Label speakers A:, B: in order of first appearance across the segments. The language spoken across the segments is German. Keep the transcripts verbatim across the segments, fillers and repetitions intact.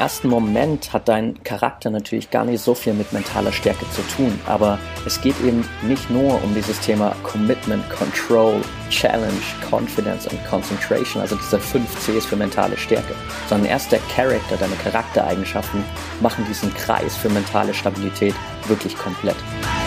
A: ersten Moment hat dein Charakter natürlich gar nicht so viel mit mentaler Stärke zu tun, aber es geht eben nicht nur um dieses Thema Commitment, Control, Challenge, Confidence und Concentration, also diese fünf C's für mentale Stärke, sondern erst der Charakter, deine Charaktereigenschaften machen diesen Kreis für mentale Stabilität wirklich komplett.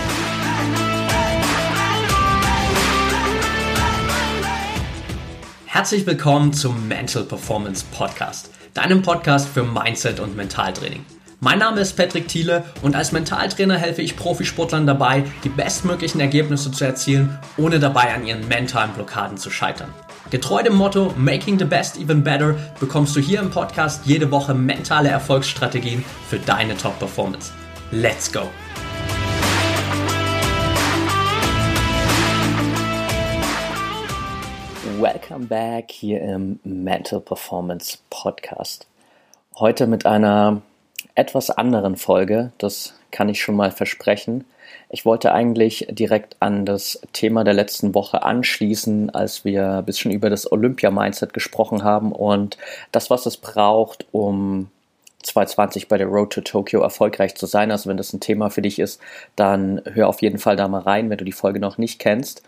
B: Herzlich willkommen zum Mental Performance Podcast, deinem Podcast für Mindset und Mentaltraining. Mein Name ist Patrick Thiele und als Mentaltrainer helfe ich Profisportlern dabei, die bestmöglichen Ergebnisse zu erzielen, ohne dabei an ihren mentalen Blockaden zu scheitern. Getreu dem Motto Making the Best Even Better bekommst du hier im Podcast jede Woche mentale Erfolgsstrategien für deine Top-Performance. Let's go!
A: Welcome back hier im Mental Performance Podcast. Heute mit einer etwas anderen Folge, das kann ich schon mal versprechen. Ich wollte eigentlich direkt an das Thema der letzten Woche anschließen, als wir ein bisschen über das Olympia-Mindset gesprochen haben und das, was es braucht, um zwanzig zwanzig bei der Road to Tokyo erfolgreich zu sein. Also wenn das ein Thema für dich ist, dann hör auf jeden Fall da mal rein, wenn du die Folge noch nicht kennst.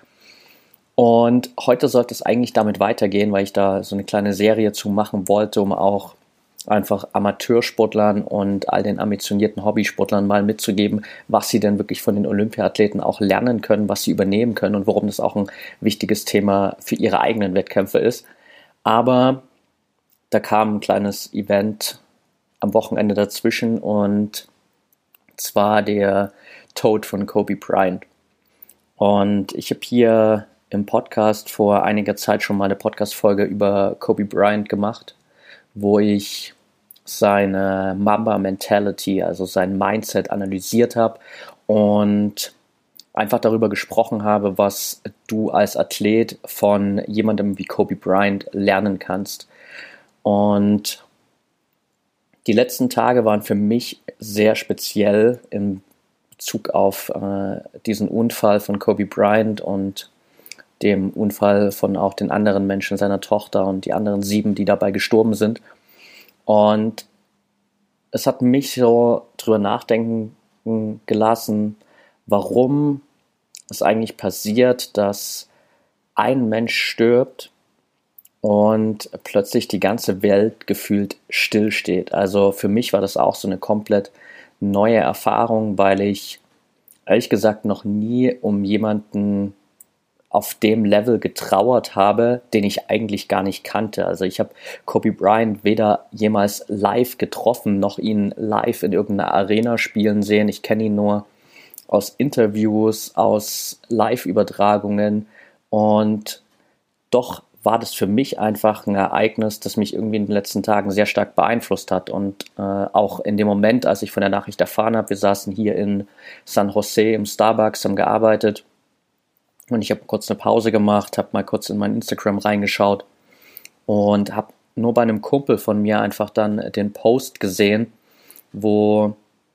A: Und heute sollte es eigentlich damit weitergehen, weil ich da so eine kleine Serie zu machen wollte, um auch einfach Amateursportlern und all den ambitionierten Hobbysportlern mal mitzugeben, was sie denn wirklich von den Olympiathleten auch lernen können, was sie übernehmen können und warum das auch ein wichtiges Thema für ihre eigenen Wettkämpfe ist. Aber da kam ein kleines Event am Wochenende dazwischen und zwar der Tod von Kobe Bryant. Und ich habe hier im Podcast vor einiger Zeit schon mal eine Podcast-Folge über Kobe Bryant gemacht, wo ich seine Mamba-Mentality, also sein Mindset analysiert habe und einfach darüber gesprochen habe, was du als Athlet von jemandem wie Kobe Bryant lernen kannst. Und die letzten Tage waren für mich sehr speziell in Bezug auf äh, diesen Unfall von Kobe Bryant und dem Unfall von auch den anderen Menschen, seiner Tochter und die anderen sieben, die dabei gestorben sind. Und es hat mich so drüber nachdenken gelassen, warum es eigentlich passiert, dass ein Mensch stirbt und plötzlich die ganze Welt gefühlt stillsteht. Also für mich war das auch so eine komplett neue Erfahrung, weil ich ehrlich gesagt noch nie um jemanden auf dem Level getrauert habe, den ich eigentlich gar nicht kannte. Also ich habe Kobe Bryant weder jemals live getroffen, noch ihn live in irgendeiner Arena spielen sehen. Ich kenne ihn nur aus Interviews, aus Live-Übertragungen und doch war das für mich einfach ein Ereignis, das mich irgendwie in den letzten Tagen sehr stark beeinflusst hat und äh, auch in dem Moment, als ich von der Nachricht erfahren habe, wir saßen hier in San Jose im Starbucks, haben gearbeitet. Und ich habe kurz eine Pause gemacht, habe mal kurz in mein Instagram reingeschaut und habe nur bei einem Kumpel von mir einfach dann den Post gesehen, wo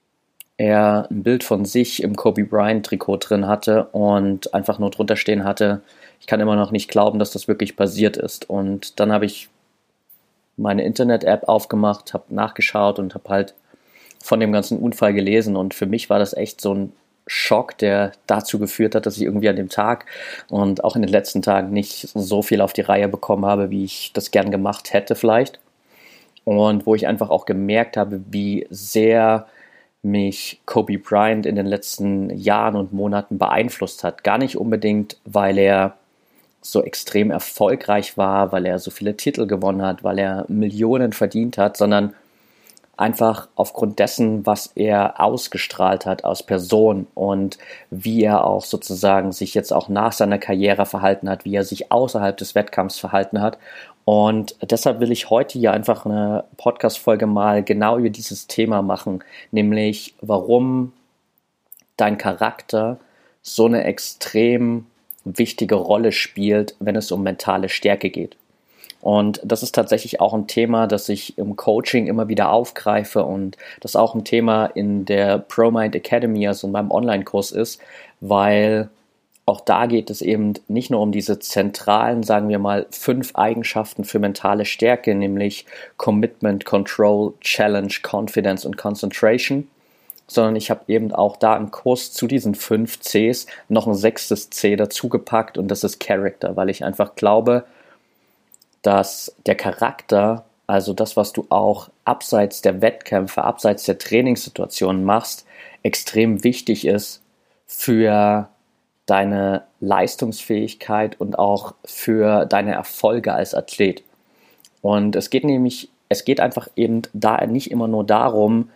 A: er ein Bild von sich im Kobe Bryant Trikot drin hatte und einfach nur drunter stehen hatte, ich kann immer noch nicht glauben, dass das wirklich passiert ist. Und dann habe ich meine Internet-App aufgemacht, habe nachgeschaut und habe halt von dem ganzen Unfall gelesen und für mich war das echt so ein Schock, der dazu geführt hat, dass ich irgendwie an dem Tag und auch in den letzten Tagen nicht so viel auf die Reihe bekommen habe, wie ich das gern gemacht hätte vielleicht. Und wo ich einfach auch gemerkt habe, wie sehr mich Kobe Bryant in den letzten Jahren und Monaten beeinflusst hat. Gar nicht unbedingt, weil er so extrem erfolgreich war, weil er so viele Titel gewonnen hat, weil er Millionen verdient hat, sondern einfach aufgrund dessen, was er ausgestrahlt hat als Person und wie er auch sozusagen sich jetzt auch nach seiner Karriere verhalten hat, wie er sich außerhalb des Wettkampfs verhalten hat. Und deshalb will ich heute hier einfach eine Podcast-Folge mal genau über dieses Thema machen, nämlich warum dein Charakter so eine extrem wichtige Rolle spielt, wenn es um mentale Stärke geht. Und das ist tatsächlich auch ein Thema, das ich im Coaching immer wieder aufgreife und das auch ein Thema in der ProMind Academy, also in meinem Online-Kurs ist, weil auch da geht es eben nicht nur um diese zentralen, sagen wir mal, fünf Eigenschaften für mentale Stärke, nämlich Commitment, Control, Challenge, Confidence und Concentration, sondern ich habe eben auch da im Kurs zu diesen fünf Cs noch ein sechstes C dazugepackt und das ist Character, weil ich einfach glaube, dass der Charakter, also das, was du auch abseits der Wettkämpfe, abseits der Trainingssituationen machst, extrem wichtig ist für deine Leistungsfähigkeit und auch für deine Erfolge als Athlet. Und es geht nämlich, es geht einfach eben da nicht immer nur darum,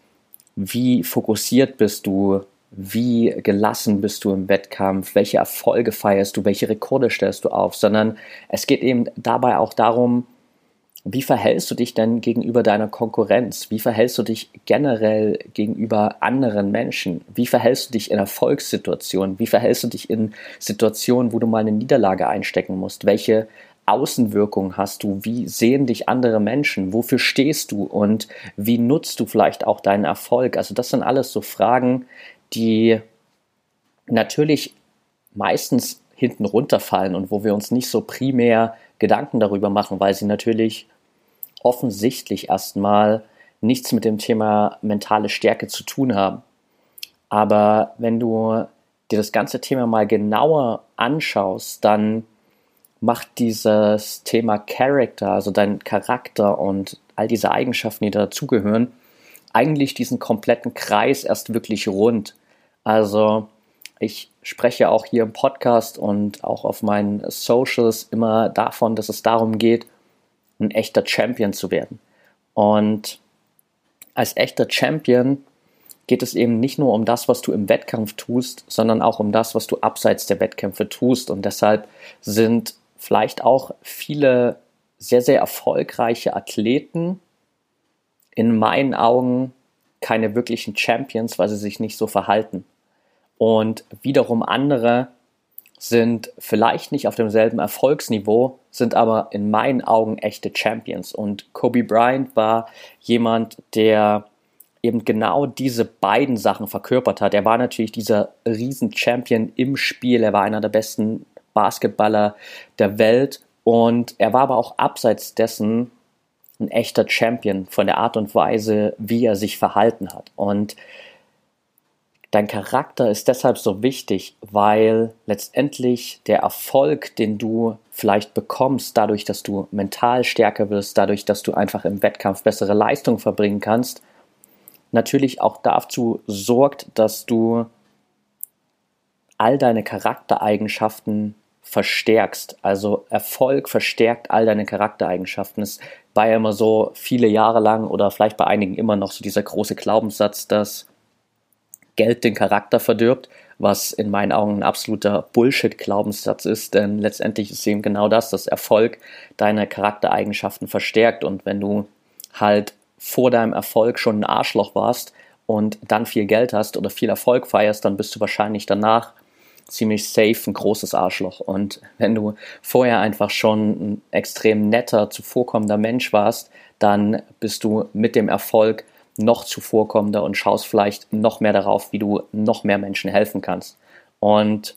A: wie fokussiert bist du, wie gelassen bist du im Wettkampf, welche Erfolge feierst du, welche Rekorde stellst du auf, sondern es geht eben dabei auch darum, wie verhältst du dich denn gegenüber deiner Konkurrenz? Wie verhältst du dich generell gegenüber anderen Menschen? Wie verhältst du dich in Erfolgssituationen? Wie verhältst du dich in Situationen, wo du mal eine Niederlage einstecken musst? Welche Außenwirkungen hast du? Wie sehen dich andere Menschen? Wofür stehst du? Und wie nutzt du vielleicht auch deinen Erfolg? Also das sind alles so Fragen, die natürlich meistens hinten runterfallen und wo wir uns nicht so primär Gedanken darüber machen, weil sie natürlich offensichtlich erstmal nichts mit dem Thema mentale Stärke zu tun haben. Aber wenn du dir das ganze Thema mal genauer anschaust, dann macht dieses Thema Character, also dein Charakter und all diese Eigenschaften, die dazugehören, eigentlich diesen kompletten Kreis erst wirklich rund. Also ich spreche auch hier im Podcast und auch auf meinen Socials immer davon, dass es darum geht, ein echter Champion zu werden. Und als echter Champion geht es eben nicht nur um das, was du im Wettkampf tust, sondern auch um das, was du abseits der Wettkämpfe tust. Und deshalb sind vielleicht auch viele sehr, sehr erfolgreiche Athleten in meinen Augen keine wirklichen Champions, weil sie sich nicht so verhalten. Und wiederum andere sind vielleicht nicht auf demselben Erfolgsniveau, sind aber in meinen Augen echte Champions. Und Kobe Bryant war jemand, der eben genau diese beiden Sachen verkörpert hat. Er war natürlich dieser Riesen-Champion im Spiel, er war einer der besten Basketballer der Welt und er war aber auch abseits dessen ein echter Champion von der Art und Weise, wie er sich verhalten hat. Und dein Charakter ist deshalb so wichtig, weil letztendlich der Erfolg, den du vielleicht bekommst, dadurch, dass du mental stärker wirst, dadurch, dass du einfach im Wettkampf bessere Leistung verbringen kannst, natürlich auch dazu sorgt, dass du all deine Charaktereigenschaften verstärkst. Also Erfolg verstärkt all deine Charaktereigenschaften. Es war ja immer so viele Jahre lang oder vielleicht bei einigen immer noch so dieser große Glaubenssatz, dass Geld den Charakter verdirbt, was in meinen Augen ein absoluter Bullshit-Glaubenssatz ist, denn letztendlich ist eben genau das, dass Erfolg deine Charaktereigenschaften verstärkt und wenn du halt vor deinem Erfolg schon ein Arschloch warst und dann viel Geld hast oder viel Erfolg feierst, dann bist du wahrscheinlich danach ziemlich safe ein großes Arschloch und wenn du vorher einfach schon ein extrem netter, zuvorkommender Mensch warst, dann bist du mit dem Erfolg noch zuvorkommender und schaust vielleicht noch mehr darauf, wie du noch mehr Menschen helfen kannst. Und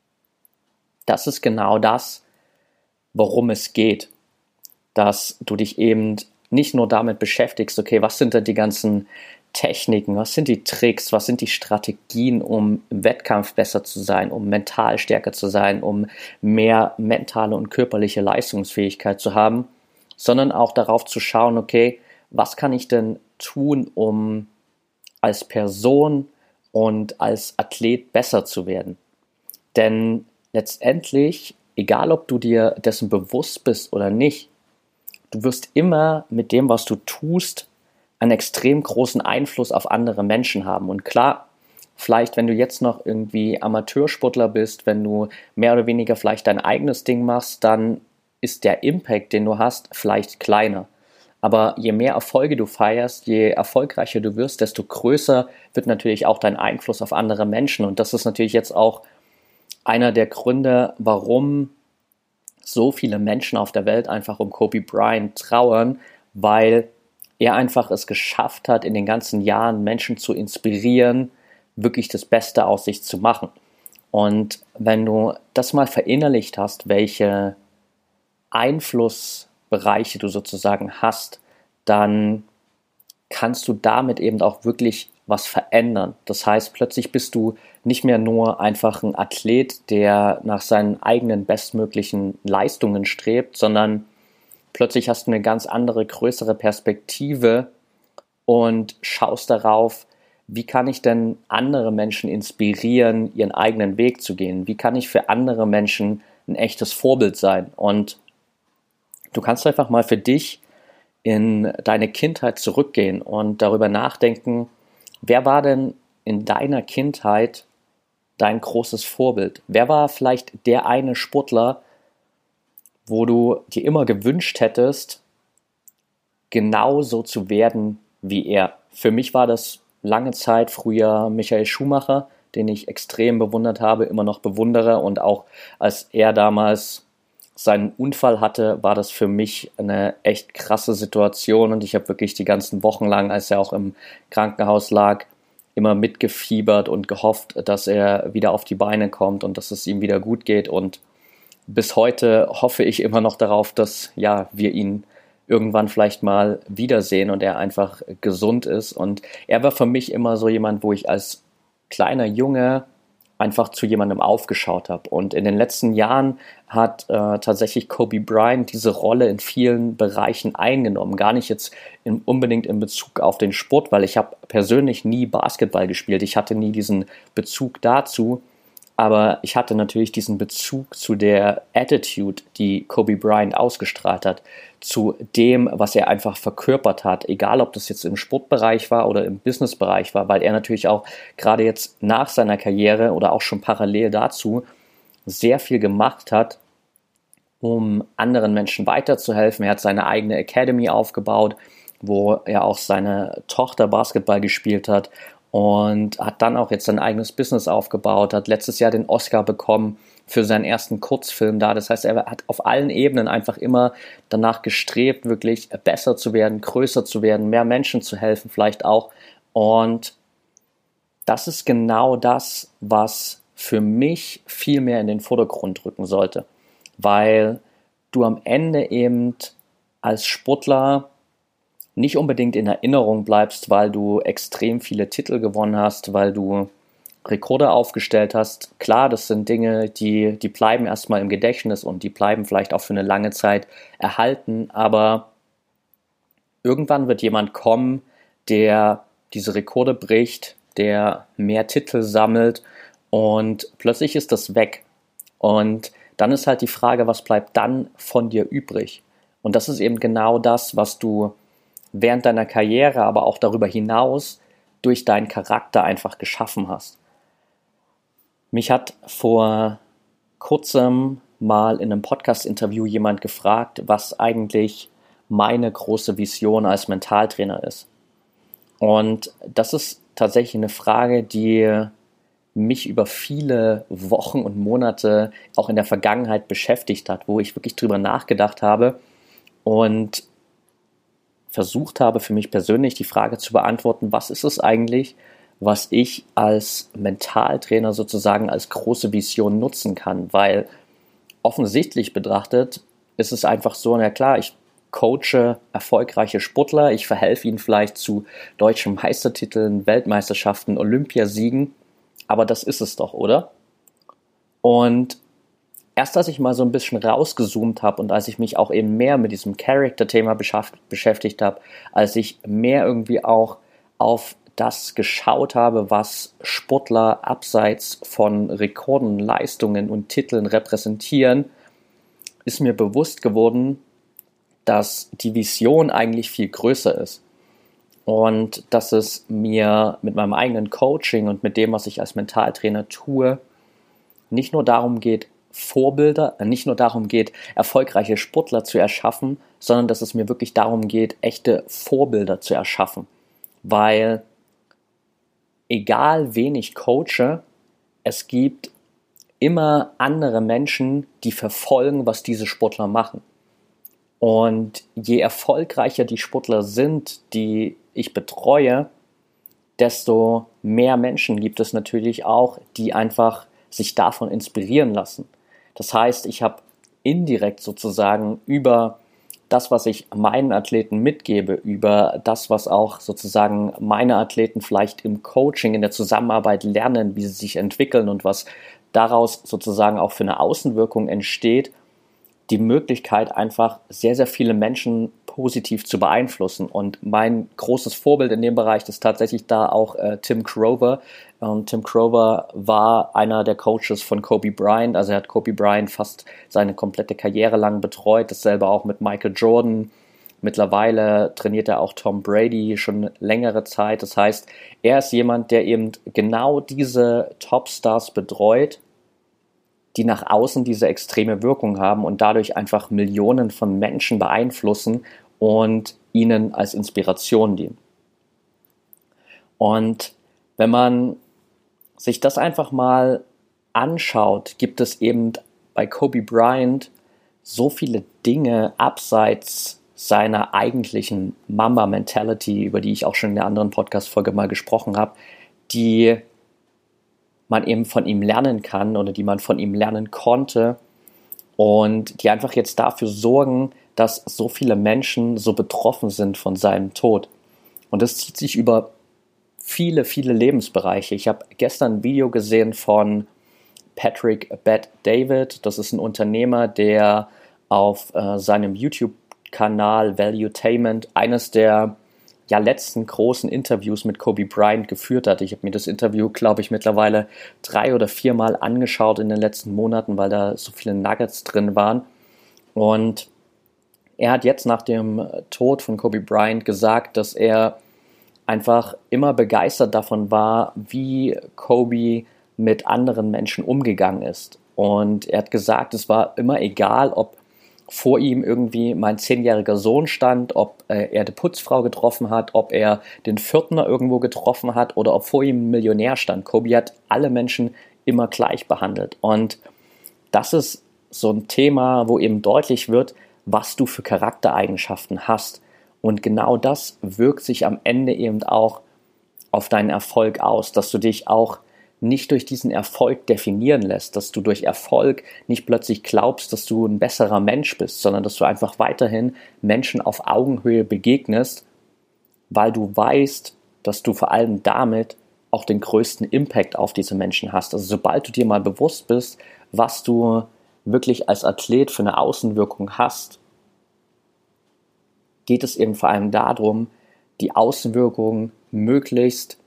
A: das ist genau das, worum es geht, dass du dich eben nicht nur damit beschäftigst, okay, was sind denn die ganzen Techniken, was sind die Tricks, was sind die Strategien, um im Wettkampf besser zu sein, um mental stärker zu sein, um mehr mentale und körperliche Leistungsfähigkeit zu haben, sondern auch darauf zu schauen, okay, was kann ich denn tun, um als Person und als Athlet besser zu werden? Denn letztendlich, egal ob du dir dessen bewusst bist oder nicht, du wirst immer mit dem, was du tust, einen extrem großen Einfluss auf andere Menschen haben. Und klar, vielleicht, wenn du jetzt noch irgendwie Amateursportler bist, wenn du mehr oder weniger vielleicht dein eigenes Ding machst, dann ist der Impact, den du hast, vielleicht kleiner. Aber je mehr Erfolge du feierst, je erfolgreicher du wirst, desto größer wird natürlich auch dein Einfluss auf andere Menschen. Und das ist natürlich jetzt auch einer der Gründe, warum so viele Menschen auf der Welt einfach um Kobe Bryant trauern, weil er einfach es geschafft hat, in den ganzen Jahren Menschen zu inspirieren, wirklich das Beste aus sich zu machen. Und wenn du das mal verinnerlicht hast, welche Einflussbereiche du sozusagen hast, dann kannst du damit eben auch wirklich was verändern. Das heißt, plötzlich bist du nicht mehr nur einfach ein Athlet, der nach seinen eigenen bestmöglichen Leistungen strebt, sondern plötzlich hast du eine ganz andere, größere Perspektive und schaust darauf, wie kann ich denn andere Menschen inspirieren, ihren eigenen Weg zu gehen? Wie kann ich für andere Menschen ein echtes Vorbild sein? Und du kannst einfach mal für dich in deine Kindheit zurückgehen und darüber nachdenken, wer war denn in deiner Kindheit dein großes Vorbild? Wer war vielleicht der eine Sportler, wo du dir immer gewünscht hättest, genauso zu werden wie er? Für mich war das lange Zeit früher Michael Schumacher, den ich extrem bewundert habe, immer noch bewundere, und auch als er damals seinen Unfall hatte, war das für mich eine echt krasse Situation, und ich habe wirklich die ganzen Wochen lang, als er auch im Krankenhaus lag, immer mitgefiebert und gehofft, dass er wieder auf die Beine kommt und dass es ihm wieder gut geht, und bis heute hoffe ich immer noch darauf, dass ja wir ihn irgendwann vielleicht mal wiedersehen und er einfach gesund ist. Und er war für mich immer so jemand, wo ich als kleiner Junge einfach zu jemandem aufgeschaut habe. Und in den letzten Jahren hat äh, tatsächlich Kobe Bryant diese Rolle in vielen Bereichen eingenommen. Gar nicht jetzt in, unbedingt in Bezug auf den Sport, weil ich habe persönlich nie Basketball gespielt. Ich hatte nie diesen Bezug dazu. Aber ich hatte natürlich diesen Bezug zu der Attitude, die Kobe Bryant ausgestrahlt hat, zu dem, was er einfach verkörpert hat, egal ob das jetzt im Sportbereich war oder im Businessbereich war, weil er natürlich auch gerade jetzt nach seiner Karriere oder auch schon parallel dazu sehr viel gemacht hat, um anderen Menschen weiterzuhelfen. Er hat seine eigene Academy aufgebaut, wo er auch seine Tochter Basketball gespielt hat, und hat dann auch jetzt sein eigenes Business aufgebaut, hat letztes Jahr den Oscar bekommen für seinen ersten Kurzfilm da. Das heißt, er hat auf allen Ebenen einfach immer danach gestrebt, wirklich besser zu werden, größer zu werden, mehr Menschen zu helfen vielleicht auch. Und das ist genau das, was für mich viel mehr in den Vordergrund rücken sollte. Weil du am Ende eben als Sportler nicht unbedingt in Erinnerung bleibst, weil du extrem viele Titel gewonnen hast, weil du Rekorde aufgestellt hast. Klar, das sind Dinge, die, die bleiben erstmal im Gedächtnis und die bleiben vielleicht auch für eine lange Zeit erhalten, aber irgendwann wird jemand kommen, der diese Rekorde bricht, der mehr Titel sammelt, und plötzlich ist das weg. Und dann ist halt die Frage, was bleibt dann von dir übrig? Und das ist eben genau das, was du während deiner Karriere, aber auch darüber hinaus durch deinen Charakter einfach geschaffen hast. Mich hat vor kurzem mal in einem Podcast-Interview jemand gefragt, was eigentlich meine große Vision als Mentaltrainer ist. Und das ist tatsächlich eine Frage, die mich über viele Wochen und Monate auch in der Vergangenheit beschäftigt hat, wo ich wirklich drüber nachgedacht habe und versucht habe, für mich persönlich die Frage zu beantworten, was ist es eigentlich, was ich als Mentaltrainer sozusagen als große Vision nutzen kann, weil offensichtlich betrachtet ist es einfach so, na klar, ich coache erfolgreiche Sportler, ich verhelfe ihnen vielleicht zu deutschen Meistertiteln, Weltmeisterschaften, Olympiasiegen, aber das ist es doch, oder? Und erst als ich mal so ein bisschen rausgezoomt habe und als ich mich auch eben mehr mit diesem Character-Thema beschäftigt habe, als ich mehr irgendwie auch auf das geschaut habe, was Sportler abseits von Rekorden, Leistungen und Titeln repräsentieren, ist mir bewusst geworden, dass die Vision eigentlich viel größer ist. Und dass es mir mit meinem eigenen Coaching und mit dem, was ich als Mentaltrainer tue, nicht nur darum geht, Vorbilder, nicht nur darum geht, erfolgreiche Sportler zu erschaffen, sondern dass es mir wirklich darum geht, echte Vorbilder zu erschaffen. Weil egal wen ich coache, es gibt immer andere Menschen, die verfolgen, was diese Sportler machen. Und je erfolgreicher die Sportler sind, die ich betreue, desto mehr Menschen gibt es natürlich auch, die einfach sich davon inspirieren lassen. Das heißt, ich habe indirekt sozusagen über das, was ich meinen Athleten mitgebe, über das, was auch sozusagen meine Athleten vielleicht im Coaching, in der Zusammenarbeit lernen, wie sie sich entwickeln und was daraus sozusagen auch für eine Außenwirkung entsteht, die Möglichkeit, einfach sehr, sehr viele Menschen positiv zu beeinflussen. Und mein großes Vorbild in dem Bereich ist tatsächlich da auch äh, Tim Grover. Und Tim Grover war einer der Coaches von Kobe Bryant. Also er hat Kobe Bryant fast seine komplette Karriere lang betreut. Dasselbe auch mit Michael Jordan. Mittlerweile trainiert er auch Tom Brady schon längere Zeit. Das heißt, er ist jemand, der eben genau diese Topstars betreut, die nach außen diese extreme Wirkung haben und dadurch einfach Millionen von Menschen beeinflussen und ihnen als Inspiration dienen. Und wenn man sich das einfach mal anschaut, gibt es eben bei Kobe Bryant so viele Dinge abseits seiner eigentlichen Mamba-Mentality, über die ich auch schon in der anderen Podcast-Folge mal gesprochen habe, die man eben von ihm lernen kann oder die man von ihm lernen konnte und die einfach jetzt dafür sorgen, dass so viele Menschen so betroffen sind von seinem Tod. Und das zieht sich über viele, viele Lebensbereiche. Ich habe gestern ein Video gesehen von Patrick Bet-David. Das ist ein Unternehmer, der auf äh, seinem YouTube-Kanal Valuetainment eines der ja, letzten großen Interviews mit Kobe Bryant geführt hat. Ich habe mir das Interview, glaube ich, mittlerweile drei oder viermal angeschaut in den letzten Monaten, weil da so viele Nuggets drin waren. Und er hat jetzt nach dem Tod von Kobe Bryant gesagt, dass er einfach immer begeistert davon war, wie Kobe mit anderen Menschen umgegangen ist. Und er hat gesagt, es war immer egal, ob vor ihm irgendwie mein zehnjähriger Sohn stand, ob äh, er die Putzfrau getroffen hat, ob er den Pförtner irgendwo getroffen hat oder ob vor ihm ein Millionär stand. Kobe hat alle Menschen immer gleich behandelt. Und das ist so ein Thema, wo eben deutlich wird, was du für Charaktereigenschaften hast. Und genau das wirkt sich am Ende eben auch auf deinen Erfolg aus, dass du dich auch nicht durch diesen Erfolg definieren lässt, dass du durch Erfolg nicht plötzlich glaubst, dass du ein besserer Mensch bist, sondern dass du einfach weiterhin Menschen auf Augenhöhe begegnest, weil du weißt, dass du vor allem damit auch den größten Impact auf diese Menschen hast. Also sobald du dir mal bewusst bist, was du wirklich als Athlet für eine Außenwirkung hast, geht es eben vor allem darum, die Außenwirkung möglichst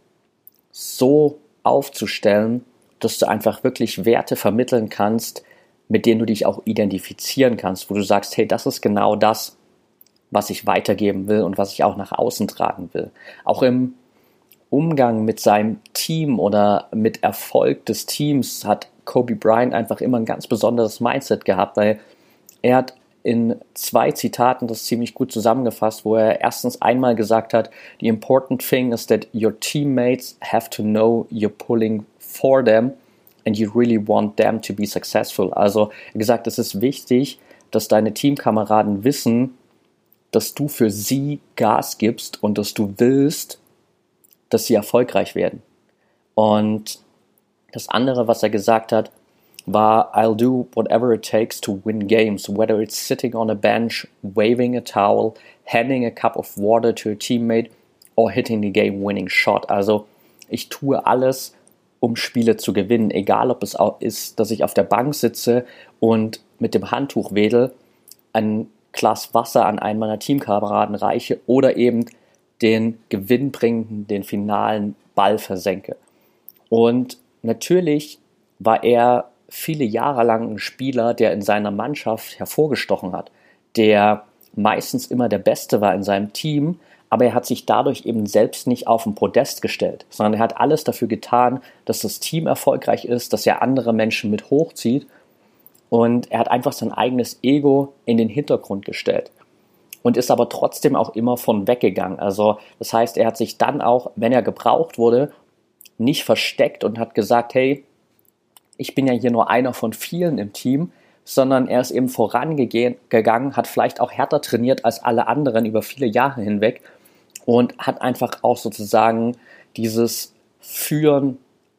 A: so aufzustellen, dass du einfach wirklich Werte vermitteln kannst, mit denen du dich auch identifizieren kannst, wo du sagst, hey, das ist genau das, was ich weitergeben will und was ich auch nach außen tragen will. Auch im Umgang mit seinem Team oder mit Erfolg des Teams hat Kobe Bryant einfach immer ein ganz besonderes Mindset gehabt, weil er hat in zwei Zitaten das ziemlich gut zusammengefasst, wo er erstens einmal gesagt hat, the important thing is that your teammates have to know you're pulling for them and you really want them to be successful. Also er hat gesagt, es ist wichtig, dass deine Teamkameraden wissen, dass du für sie Gas gibst und dass du willst, dass sie erfolgreich werden. Und das andere, was er gesagt hat, war, I'll do whatever it takes to win games, whether it's sitting on a bench, waving a towel, handing a cup of water to a teammate or hitting the game-winning shot. Also ich tue alles, um Spiele zu gewinnen, egal ob es auch ist, dass ich auf der Bank sitze und mit dem Handtuch wedel, ein Glas Wasser an einen meiner Teamkameraden reiche oder eben den gewinnbringenden, den finalen Ball versenke. Und natürlich war er viele Jahre lang ein Spieler, der in seiner Mannschaft hervorgestochen hat, der meistens immer der Beste war in seinem Team, aber er hat sich dadurch eben selbst nicht auf den Podest gestellt, sondern er hat alles dafür getan, dass das Team erfolgreich ist, dass er andere Menschen mit hochzieht und er hat einfach sein eigenes Ego in den Hintergrund gestellt und ist aber trotzdem auch immer von weggegangen. Also das heißt, er hat sich dann auch, wenn er gebraucht wurde, nicht versteckt und hat gesagt, hey, ich bin ja hier nur einer von vielen im Team, sondern er ist eben vorangegangen, hat vielleicht auch härter trainiert als alle anderen über viele Jahre hinweg und hat einfach auch sozusagen dieses Führen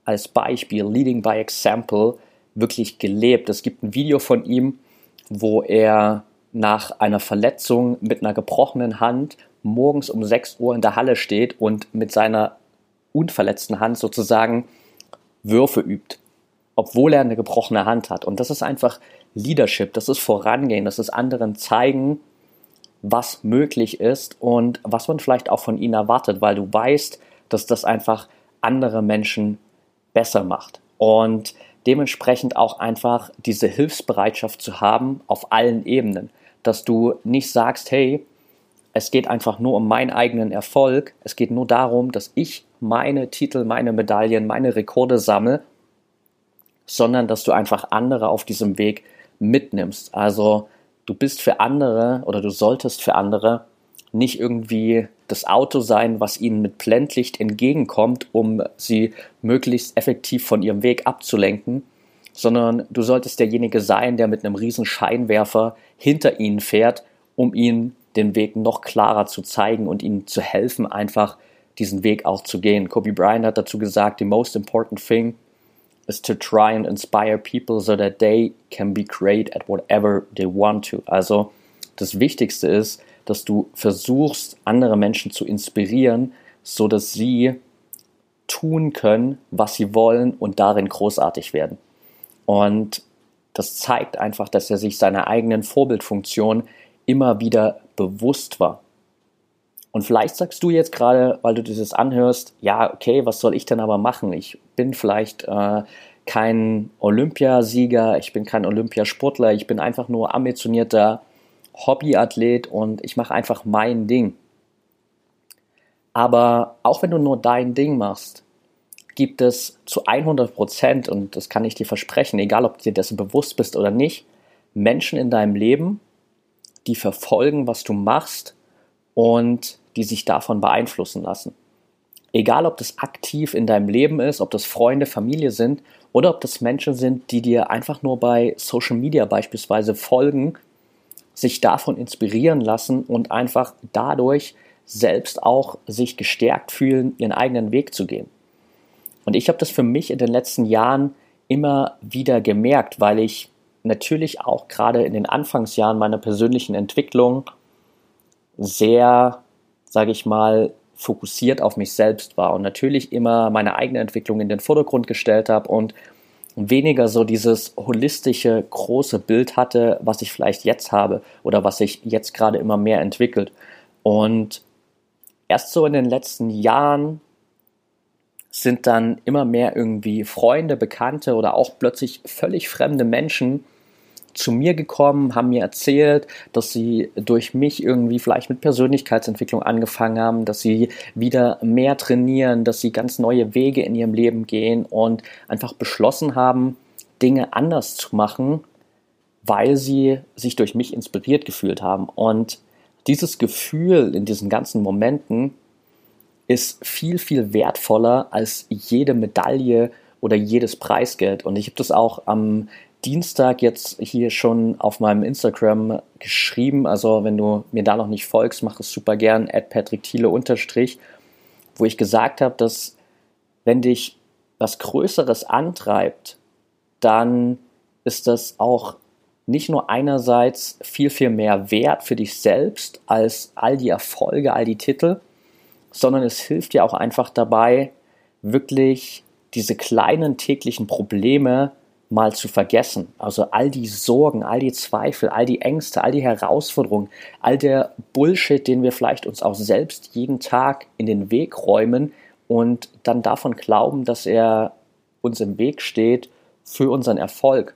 A: als Beispiel, Leading by Example, wirklich gelebt. Es gibt ein Video von ihm, wo er nach einer Verletzung mit einer gebrochenen Hand morgens um sechs Uhr in der Halle steht und mit seiner unverletzten Hand sozusagen Würfe übt, obwohl er eine gebrochene Hand hat. Und das ist einfach Leadership, das ist Vorangehen, das ist anderen zeigen, was möglich ist und was man vielleicht auch von ihnen erwartet, weil du weißt, dass das einfach andere Menschen besser macht. Und dementsprechend auch einfach diese Hilfsbereitschaft zu haben auf allen Ebenen, dass du nicht sagst, hey, es geht einfach nur um meinen eigenen Erfolg, es geht nur darum, dass ich meine Titel, meine Medaillen, meine Rekorde sammle, sondern dass du einfach andere auf diesem Weg mitnimmst. Also du bist für andere oder du solltest für andere nicht irgendwie das Auto sein, was ihnen mit Blendlicht entgegenkommt, um sie möglichst effektiv von ihrem Weg abzulenken, sondern du solltest derjenige sein, der mit einem riesen Scheinwerfer hinter ihnen fährt, um ihnen den Weg noch klarer zu zeigen und ihnen zu helfen, einfach diesen Weg auch zu gehen. Kobe Bryant hat dazu gesagt, the most important thing is to try and inspire people so that they can be great at whatever they want to. Also das Wichtigste ist, dass du versuchst, andere Menschen zu inspirieren, so dass sie tun können, was sie wollen und darin großartig werden. Und das zeigt einfach, dass er sich seiner eigenen Vorbildfunktion immer wieder bewusst war. Und vielleicht sagst du jetzt gerade, weil du dieses anhörst, ja, okay, was soll ich denn aber machen? Ich bin vielleicht äh, kein Olympiasieger, ich bin kein Olympiasportler, ich bin einfach nur ambitionierter Hobbyathlet und ich mache einfach mein Ding. Aber auch wenn du nur dein Ding machst, gibt es zu hundert Prozent, und das kann ich dir versprechen, egal ob du dir dessen bewusst bist oder nicht, Menschen in deinem Leben, die verfolgen, was du machst und die sich davon beeinflussen lassen. Egal, ob das aktiv in deinem Leben ist, ob das Freunde, Familie sind oder ob das Menschen sind, die dir einfach nur bei Social Media beispielsweise folgen, sich davon inspirieren lassen und einfach dadurch selbst auch sich gestärkt fühlen, ihren eigenen Weg zu gehen. Und ich habe das für mich in den letzten Jahren immer wieder gemerkt, weil ich natürlich auch gerade in den Anfangsjahren meiner persönlichen Entwicklung sehr, sage ich mal, fokussiert auf mich selbst war und natürlich immer meine eigene Entwicklung in den Vordergrund gestellt habe und weniger so dieses holistische, große Bild hatte, was ich vielleicht jetzt habe oder was sich jetzt gerade immer mehr entwickelt. Und erst so in den letzten Jahren sind dann immer mehr irgendwie Freunde, Bekannte oder auch plötzlich völlig fremde Menschen zu mir gekommen, haben mir erzählt, dass sie durch mich irgendwie vielleicht mit Persönlichkeitsentwicklung angefangen haben, dass sie wieder mehr trainieren, dass sie ganz neue Wege in ihrem Leben gehen und einfach beschlossen haben, Dinge anders zu machen, weil sie sich durch mich inspiriert gefühlt haben. Und dieses Gefühl in diesen ganzen Momenten ist viel, viel wertvoller als jede Medaille oder jedes Preisgeld. Und ich habe das auch am Dienstag jetzt hier schon auf meinem Instagram geschrieben, also wenn du mir da noch nicht folgst, mach es super gern, at patrickthiele unterstrich, wo ich gesagt habe, dass wenn dich was Größeres antreibt, dann ist das auch nicht nur einerseits viel, viel mehr wert für dich selbst als all die Erfolge, all die Titel, sondern es hilft dir auch einfach dabei, wirklich diese kleinen täglichen Probleme mal zu vergessen. Also all die Sorgen, all die Zweifel, all die Ängste, all die Herausforderungen, all der Bullshit, den wir vielleicht uns auch selbst jeden Tag in den Weg räumen und dann davon glauben, dass er uns im Weg steht für unseren Erfolg.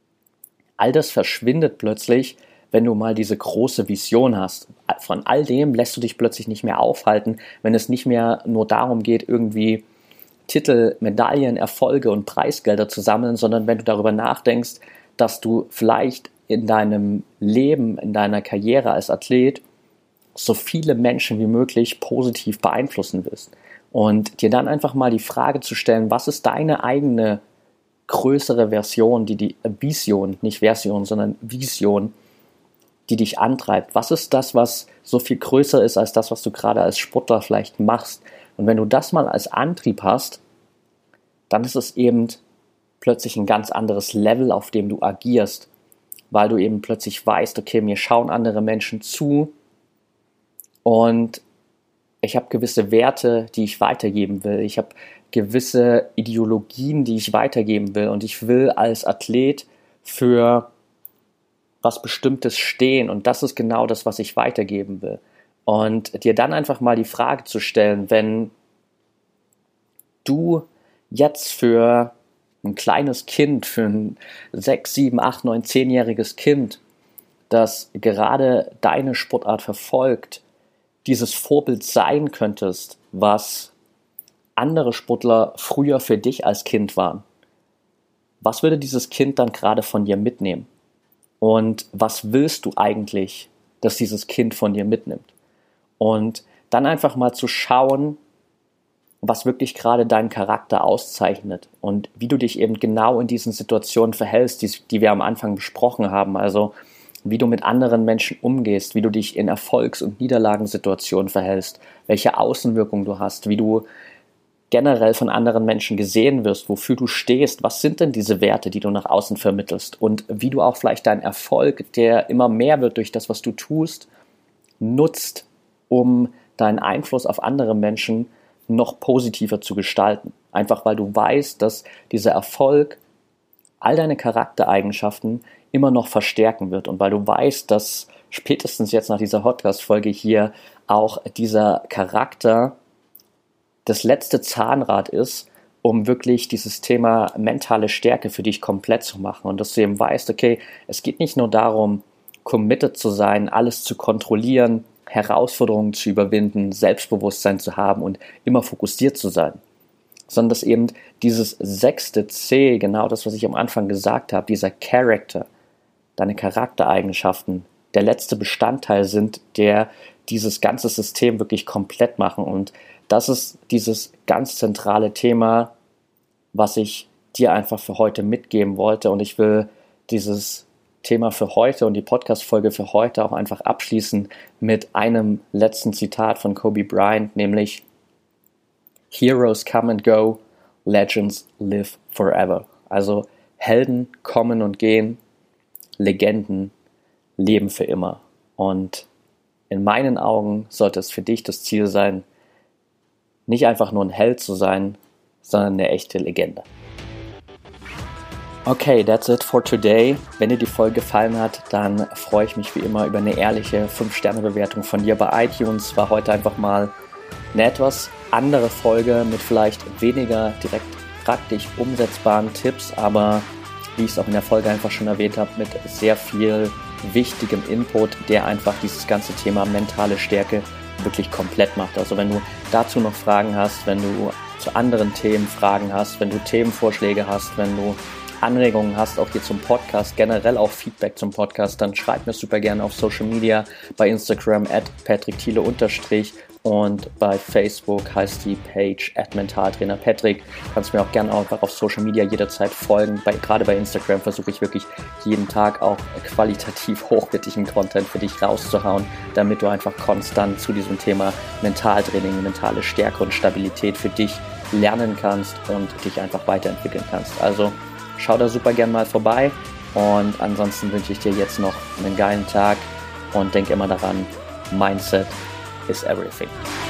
A: All das verschwindet plötzlich, wenn du mal diese große Vision hast. Von all dem lässt du dich plötzlich nicht mehr aufhalten, wenn es nicht mehr nur darum geht, irgendwie Titel, Medaillen, Erfolge und Preisgelder zu sammeln, sondern wenn du darüber nachdenkst, dass du vielleicht in deinem Leben, in deiner Karriere als Athlet so viele Menschen wie möglich positiv beeinflussen wirst. Und dir dann einfach mal die Frage zu stellen, was ist deine eigene größere Version, die die Vision, nicht Version, sondern Vision, die dich antreibt. Was ist das, was so viel größer ist als das, was du gerade als Sportler vielleicht machst? Und wenn du das mal als Antrieb hast, dann ist es eben plötzlich ein ganz anderes Level, auf dem du agierst, weil du eben plötzlich weißt, okay, mir schauen andere Menschen zu und ich habe gewisse Werte, die ich weitergeben will. Ich habe gewisse Ideologien, die ich weitergeben will und ich will als Athlet für was Bestimmtes stehen und das ist genau das, was ich weitergeben will. Und dir dann einfach mal die Frage zu stellen, wenn du jetzt für ein kleines Kind, für ein sechs, sieben, acht, neun, zehnjähriges Kind, das gerade deine Sportart verfolgt, dieses Vorbild sein könntest, was andere Sportler früher für dich als Kind waren. Was würde dieses Kind dann gerade von dir mitnehmen? Und was willst du eigentlich, dass dieses Kind von dir mitnimmt? Und dann einfach mal zu schauen, was wirklich gerade deinen Charakter auszeichnet und wie du dich eben genau in diesen Situationen verhältst, die, die wir am Anfang besprochen haben. Also wie du mit anderen Menschen umgehst, wie du dich in Erfolgs- und Niederlagensituationen verhältst, welche Außenwirkung du hast, wie du generell von anderen Menschen gesehen wirst, wofür du stehst, was sind denn diese Werte, die du nach außen vermittelst und wie du auch vielleicht deinen Erfolg, der immer mehr wird durch das, was du tust, nutzt, um deinen Einfluss auf andere Menschen noch positiver zu gestalten. Einfach weil du weißt, dass dieser Erfolg all deine Charaktereigenschaften immer noch verstärken wird und weil du weißt, dass spätestens jetzt nach dieser Podcast-Folge hier auch dieser Charakter das letzte Zahnrad ist, um wirklich dieses Thema mentale Stärke für dich komplett zu machen und dass du eben weißt, okay, es geht nicht nur darum, committed zu sein, alles zu kontrollieren, Herausforderungen zu überwinden, Selbstbewusstsein zu haben und immer fokussiert zu sein, sondern dass eben dieses sechste C, genau das, was ich am Anfang gesagt habe, dieser Character, deine Charaktereigenschaften, der letzte Bestandteil sind, der dieses ganze System wirklich komplett machen. Und das ist dieses ganz zentrale Thema, was ich dir einfach für heute mitgeben wollte. Und ich will dieses Thema für heute und die Podcast-Folge für heute auch einfach abschließen mit einem letzten Zitat von Kobe Bryant, nämlich Heroes come and go, Legends live forever. Also Helden kommen und gehen, Legenden leben für immer. Und in meinen Augen sollte es für dich das Ziel sein, nicht einfach nur ein Held zu sein, sondern eine echte Legende. Okay, that's it for today. Wenn dir die Folge gefallen hat, dann freue ich mich wie immer über eine ehrliche fünf Sterne Bewertung von dir bei iTunes. War heute einfach mal eine etwas andere Folge mit vielleicht weniger direkt praktisch umsetzbaren Tipps, aber wie ich es auch in der Folge einfach schon erwähnt habe, mit sehr viel wichtigem Input, der einfach dieses ganze Thema mentale Stärke wirklich komplett macht. Also wenn du dazu noch Fragen hast, wenn du zu anderen Themen Fragen hast, wenn du Themenvorschläge hast, wenn du Anregungen hast, auch hier zum Podcast, generell auch Feedback zum Podcast, dann schreib mir super gerne auf Social Media, bei Instagram at patrick thiele unterstrich und bei Facebook heißt die Page at mentaltrainer patrick. Kannst mir auch gerne einfach auf Social Media jederzeit folgen. Bei, gerade bei Instagram versuche ich wirklich jeden Tag auch qualitativ hochwertigen Content für dich rauszuhauen, damit du einfach konstant zu diesem Thema Mentaltraining, mentale Stärke und Stabilität für dich lernen kannst und dich einfach weiterentwickeln kannst. Also schau da super gern mal vorbei und ansonsten wünsche ich dir jetzt noch einen geilen Tag und denk immer daran, Mindset is everything.